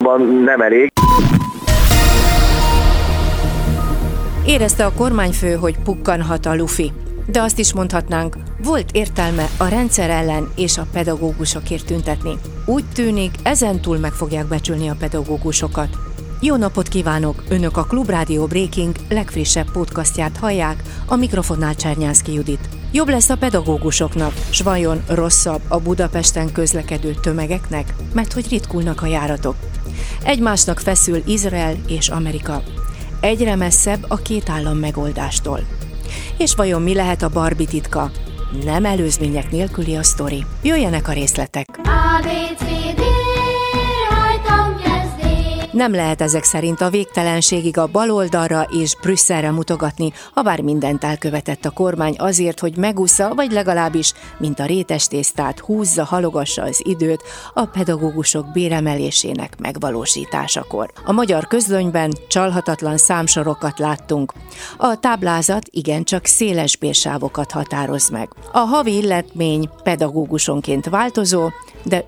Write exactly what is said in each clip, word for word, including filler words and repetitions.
azonban nem elég. Érezte a kormányfő, hogy pukkanhat a lufi. De azt is mondhatnánk, volt értelme a rendszer ellen és a pedagógusokért tüntetni. Úgy tűnik, ezentúl meg fogják becsülni a pedagógusokat. Jó napot kívánok! Önök a Klubrádió Breaking legfrissebb podcastját hallják, a mikrofonnál Csernyánszky Judit. Jobb lesz a pedagógusoknak, s vajon rosszabb a Budapesten közlekedő tömegeknek, mert hogy ritkulnak a járatok. Egymásnak feszül Izrael és Amerika. Egyre messzebb a két állam megoldástól. És vajon mi lehet a Barbie titka? Nem előzmények nélküli a sztori. Jöjjenek a részletek! á bé cé dé, rajtam kezdés. Nem lehet ezek szerint a végtelenségig a baloldalra és Brüsszelre mutogatni, habár mindent elkövetett a kormány azért, hogy megússza, vagy legalábbis, mint a rétes tésztát, húzza, halogassa az időt a pedagógusok béremelésének megvalósításakor. A magyar közlönyben csalhatatlan számsorokat láttunk. A táblázat igencsak széles bérsávokat határoz meg. A havi illetmény pedagógusonként változó, de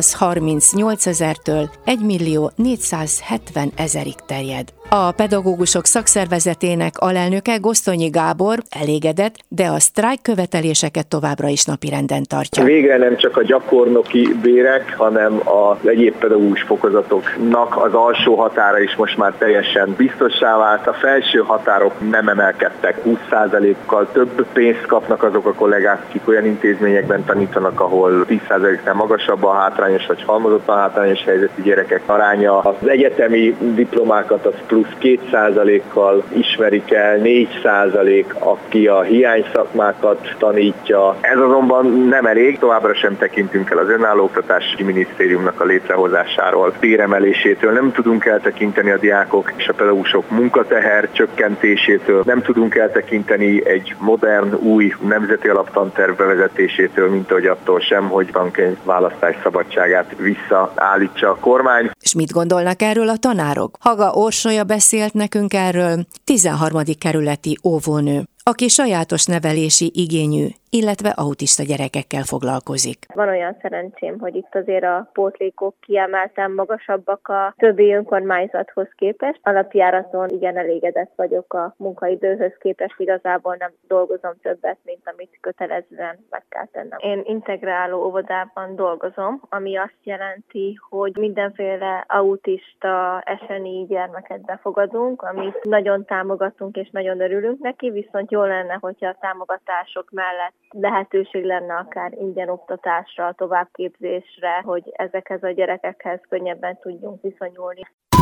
ötszázharmincnyolcezertől egymillió négyszázhetven ezerig terjed. A pedagógusok szakszervezetének alelnöke Gosztonyi Gábor elégedett, de a sztrájk követeléseket továbbra is napirenden tartja. Végre nem csak a gyakornoki bérek, hanem az egyéb pedagógus fokozatoknak az alsó határa is most már teljesen biztossá vált. A felső határok nem emelkedtek, húsz százalékkal több pénzt kapnak azok a kollégák, akik olyan intézményekben tanítanak, ahol tíz százaléknál magasabb a hátrányos vagy halmozottan hátrányos helyzetű gyerekek aránya. Az egyetemi diplomákat az plusz két százalékkal ismerik el, négy százalék, aki a hiányszakmákat tanítja. Ez azonban nem elég, továbbra sem tekintünk el az önálló oktatási minisztériumnak a létrehozásáról, béremelésétől, nem tudunk eltekinteni a diákok és a pedagógusok munkateher csökkentésétől, nem tudunk eltekinteni egy modern, új nemzeti alaptanterv bevezetésétől, mint ahogy attól sem, hogy tankönyv választás szabadságát visszaállítsa a kormány. És mit gondolnak erről a tanárok? Haga Orsolya beszélt nekünk erről, tizenharmadik kerületi óvónő, aki sajátos nevelési igényű, illetve autista gyerekekkel foglalkozik. Van olyan szerencsém, hogy itt azért a pótlékok kiemelten magasabbak a többi önkormányzathoz képest. Alapjáraton igen elégedett vagyok a munkaidőhöz képest, igazából nem dolgozom többet, mint amit kötelezően meg kell tennem. Én integráló óvodában dolgozom, ami azt jelenti, hogy mindenféle autista, es en i gyermeket befogadunk, amit nagyon támogatunk és nagyon örülünk neki, viszont jó lenne, hogyha a támogatások mellett lehetőség lenne akár ingyen oktatásra, továbbképzésre, hogy ezekhez a gyerekekhez könnyebben tudjunk viszonyulni.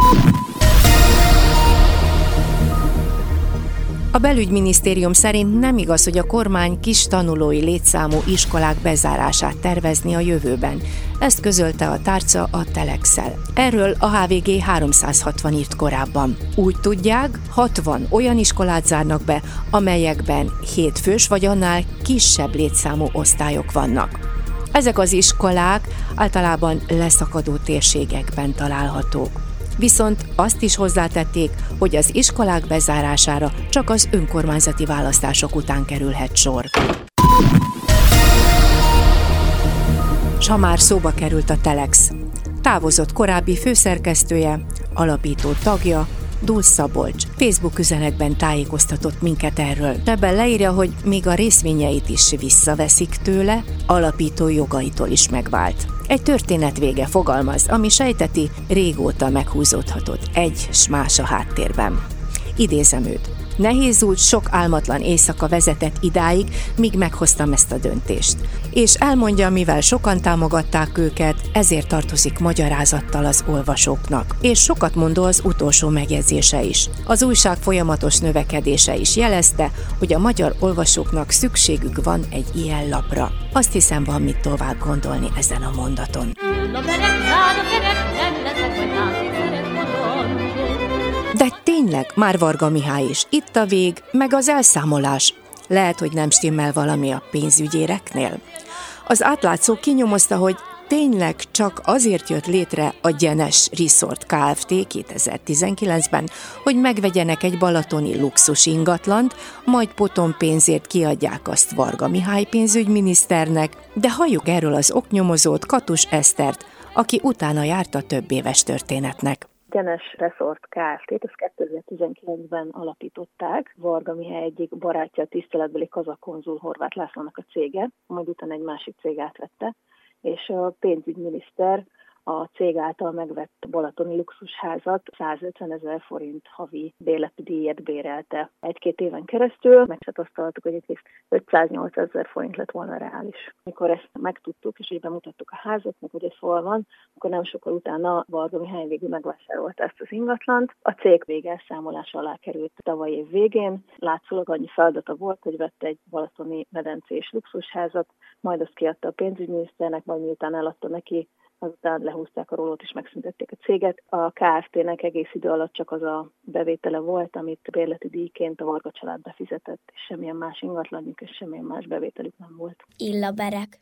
A belügyminisztérium szerint nem igaz, hogy a kormány kis tanulói létszámú iskolák bezárását tervezni a jövőben. Ezt közölte a tárca a Telexszel. Erről a há vé gé háromszázhatvan írt korábban. Úgy tudják, hatvan olyan iskolát zárnak be, amelyekben hét fős vagy annál kisebb létszámú osztályok vannak. Ezek az iskolák általában leszakadó térségekben találhatók. Viszont azt is hozzátették, hogy az iskolák bezárására csak az önkormányzati választások után kerülhet sor. S ha már szóba került a Telex, távozott korábbi főszerkesztője, alapító tagja, Dulc Szabolcs Facebook üzenetben tájékoztatott minket erről. Ebben leírja, hogy még a részvényeit is visszaveszik tőle, alapító jogaitól is megvált. Egy történet vége, fogalmaz, ami sejteti, régóta meghúzódhatott egy s más a háttérben. Idézem őt. Nehéz út, sok álmatlan éjszaka vezetett idáig, míg meghoztam ezt a döntést. És elmondja, mivel sokan támogatták őket, ezért tartozik magyarázattal az olvasóknak. És sokat mondó az utolsó megjegyzése is. Az újság folyamatos növekedése is jelezte, hogy a magyar olvasóknak szükségük van egy ilyen lapra. Azt hiszem, van mit tovább gondolni ezen a mondaton. De tényleg, már Varga Mihály is. Itt a vég, meg az elszámolás. Lehet, hogy nem stimmel valami a pénzügyéreknél. Az átlátszó kinyomozta, hogy tényleg csak azért jött létre a Gyenes Resort Kft. kétezer-tizenkilencben, hogy megvegyenek egy balatoni luxus ingatlant, majd potom pénzért kiadják azt Varga Mihály pénzügyminiszternek, de halljuk erről az oknyomozót, Katus Esztert, aki utána járt a több éves történetnek. Gyenes Resort Kft-t, ezt kétezer-tizenkilencben alapították. Varga Mihály egyik barátja, a tiszteletbeli kazakonzul Horváth Lászlónak a cége, majd utána egy másik cég átvette, és a pénzügyminiszter a cég által megvett balatoni luxusházat százötvenezer forint havi bérleti díjat bérelte egy-két éven keresztül, meg tapasztaltuk, hogy itt ötszáznyolcezer forint lett volna reális. Mikor ezt megtudtuk, és így bemutattuk a házat, meg hogy ez hol van, akkor nem sokkal utána Varga Mihály végül megvásárolta ezt az ingatlant. A cég végelszámolása alá került tavaly év végén. Látszólag annyi feladata volt, hogy vett egy balatoni medencés luxusházat, majd azt kiadta a pénzügyminiszternek, majd miután eladta neki, azután lehúzták a rólót és megszüntették a céget. A Kft-nek egész idő alatt csak az a bevétele volt, amit bérleti díjként a Varga család befizetett, és semmilyen más ingatlanjuk és semmilyen más bevételük nem volt. Illaberek.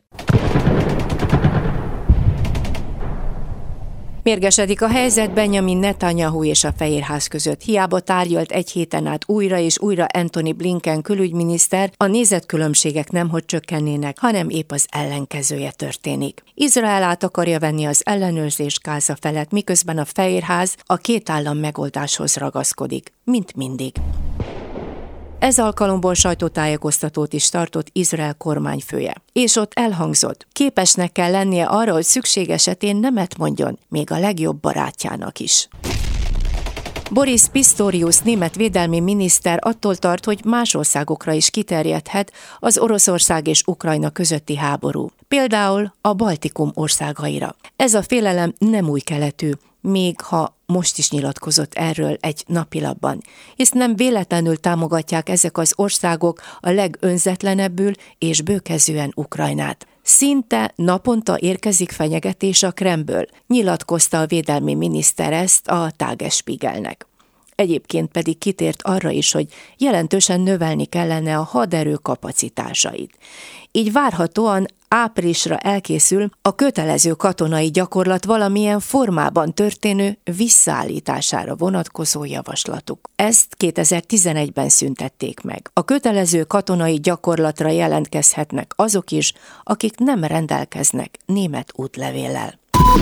Mérgesedik a helyzet Benjamin Netanyahu és a Fehérház között. Hiába tárgyalt egy héten át újra és újra Antony Blinken külügyminiszter, a nézetkülönbségek nemhogy csökkennének, hanem épp az ellenkezője történik. Izrael át akarja venni az ellenőrzést Gáza felett, miközben a Fehérház a két állam megoldáshoz ragaszkodik, mint mindig. Ez alkalomból sajtótájékoztatót is tartott Izrael kormányfője. És ott elhangzott, képesnek kell lennie arra, hogy szükség esetén nemet mondjon, még a legjobb barátjának is. Boris Pistorius német védelmi miniszter attól tart, hogy más országokra is kiterjedhet az Oroszország és Ukrajna közötti háború. Például a Baltikum országaira. Ez a félelem nem új keletű, még ha most is nyilatkozott erről egy napilapban, hisz nem véletlenül támogatják ezek az országok a legönzetlenebbül és bőkezően Ukrajnát. Szinte naponta érkezik fenyegetés a Kremlből, nyilatkozta a védelmi miniszter ezt a Tagesspiegelnek. Egyébként pedig kitért arra is, hogy jelentősen növelni kellene a haderő kapacitásait. Így várhatóan áprilisra elkészül a kötelező katonai gyakorlat valamilyen formában történő visszaállítására vonatkozó javaslatuk. Ezt kétezer-tizenegyben szüntették meg. A kötelező katonai gyakorlatra jelentkezhetnek azok is, akik nem rendelkeznek német útlevéllel.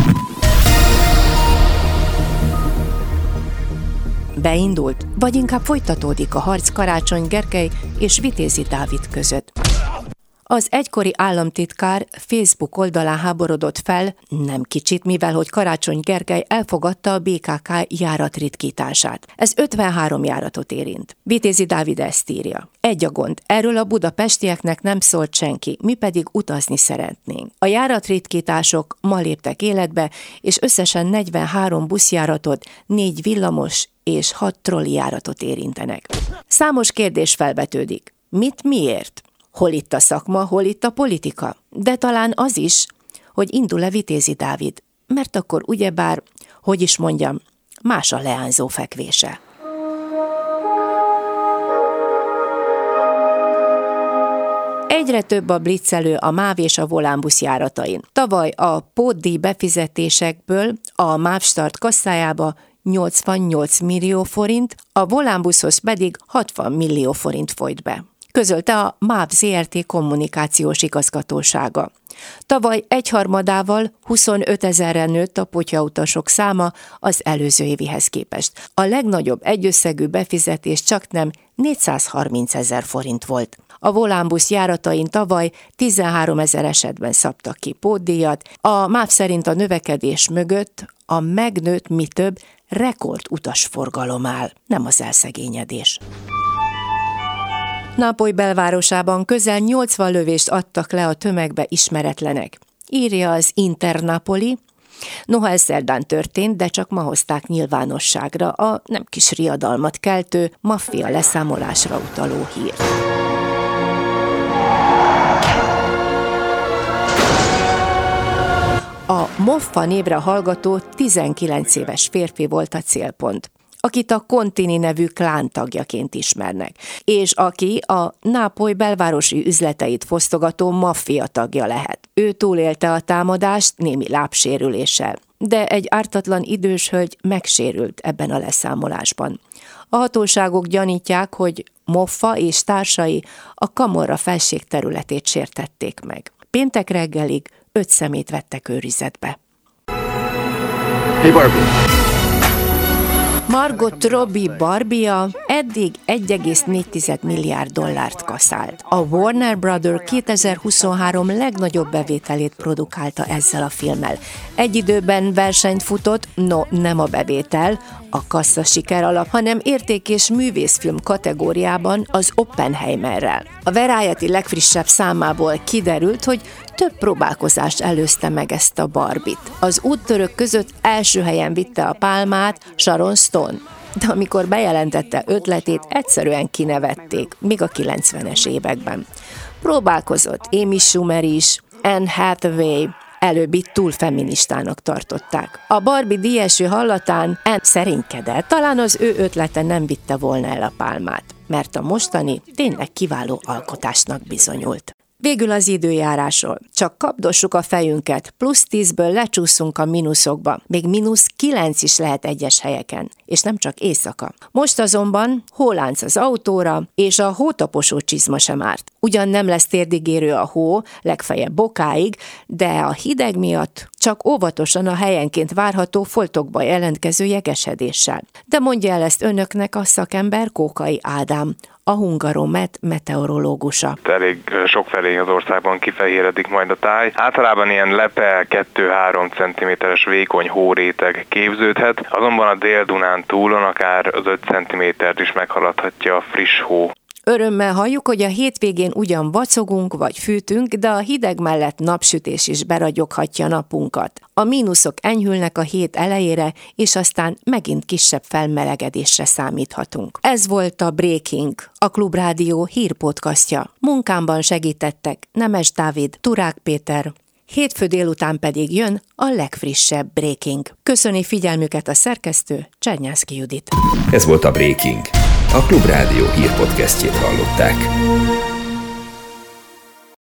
Beindult, vagy inkább folytatódik a harc Karácsony Gergely és Vitézi Dávid között. Az egykori államtitkár Facebook oldalán háborodott fel, nem kicsit, mivel hogy Karácsony Gergely elfogadta a bé ká ká járatritkítását. Ez ötvenhárom járatot érint. Vitézi Dávid ezt írja. Egy a gond, erről a budapestieknek nem szólt senki, mi pedig utazni szeretnénk. A járatritkítások ma léptek életbe, és összesen negyvenhárom buszjáratot, négy villamos és hat trolli járatot érintenek. Számos kérdés felvetődik. Mit miért? Hol itt a szakma, hol itt a politika? De talán az is, hogy indul-e Vitézi Dávid, mert akkor ugyebár, hogy is mondjam, más a leányzó fekvése. Egyre több a blitzelő a MÁV és a Volánbusz járatain. Tavaly a pótdíj befizetésekből a MÁV Start kasszájába nyolcvannyolc millió forint, a Volánbuszhoz pedig hatvan millió forint folyt be, közölte a MÁV zé er té kommunikációs igazgatósága. Tavaly egyharmadával huszonötezerre nőtt a potyautasok száma az előző évihez képest. A legnagyobb egyösszegű befizetés csaknem négyszázharmincezer forint volt. A Volánbusz járatain tavaly tizenháromezer esetben szabtak ki pótdíjat, a MÁV szerint a növekedés mögött a megnőtt, mi több, rekord utasforgalom áll, nem az elszegényedés. Nápoly belvárosában közel nyolcvan lövést adtak le a tömegbe ismeretlenek, írja az Internapoli. Noha ez szerdán történt, de csak ma hozták nyilvánosságra a nem kis riadalmat keltő, maffia leszámolásra utaló hírt. A Moffa névre hallgató tizenkilenc éves férfi volt a célpont, akit a Contini nevű klántagjaként ismernek, és aki a Nápoly belvárosi üzleteit fosztogató maffia tagja lehet. Ő túlélte a támadást némi lábsérüléssel, de egy ártatlan idős hölgy megsérült ebben a leszámolásban. A hatóságok gyanítják, hogy Moffa és társai a Camorra felség területét sértették meg. Péntek reggelig öt szemét vettek őrizetbe. Hey Barbie! Margot Robbie Barbie-a eddig egy egész négy milliárd dollárt kaszált. A Warner Brothers kétezer-huszonhárom legnagyobb bevételét produkálta ezzel a filmmel. Egy időben versenyt futott, no nem a bevétel, a kassza siker alap, hanem érték- és művészfilm kategóriában az Oppenheimerrel. A Variety legfrissebb számából kiderült, hogy több próbálkozást előzte meg ezt a Barbie-t. Az úttörők között első helyen vitte a pálmát Sharon Stone, de amikor bejelentette ötletét, egyszerűen kinevették, még a kilencvenes években. Próbálkozott Amy Schumer is, Anne Hathaway, előbbi túl feministának tartották. A Barbie díjeső hallatán Anne szerénykedett, talán az ő ötlete nem vitte volna el a pálmát, mert a mostani tényleg kiváló alkotásnak bizonyult. Végül az időjárásról. Csak kapdossuk a fejünket, plusz tízből lecsúszunk a mínuszokba, még mínusz kilenc is lehet egyes helyeken, és nem csak éjszaka. Most azonban hólánc az autóra, és a hótaposó csizma sem árt. Ugyan nem lesz térdigérő a hó, legfeljebb bokáig, de a hideg miatt csak óvatosan a helyenként várható foltokba jelentkező jegesedéssel. De mondja el ezt önöknek a szakember, Kókai Ádám, a Hungaromet meteorológusa. Elég sokfelé az országban kifehéredik majd a táj. Általában ilyen lepe kettő-három centiméteres vékony hóréteg képződhet, azonban a Dél-Dunán túlon akár az öt centimétert is meghaladhatja a friss hó. Örömmel halljuk, hogy a hétvégén ugyan vacogunk vagy fűtünk, de a hideg mellett napsütés is beragyoghatja napunkat. A mínuszok enyhülnek a hét elejére, és aztán megint kisebb felmelegedésre számíthatunk. Ez volt a Breaking, a Klubrádió hírpodcastja. Munkámban segítettek Nemes Dávid, Turák Péter, hétfő délután pedig jön a legfrissebb Breaking. Köszöni figyelmüket a szerkesztő, Csernyánszky Judit. Ez volt a Breaking. A Klubrádió hírpodcastjét hallották.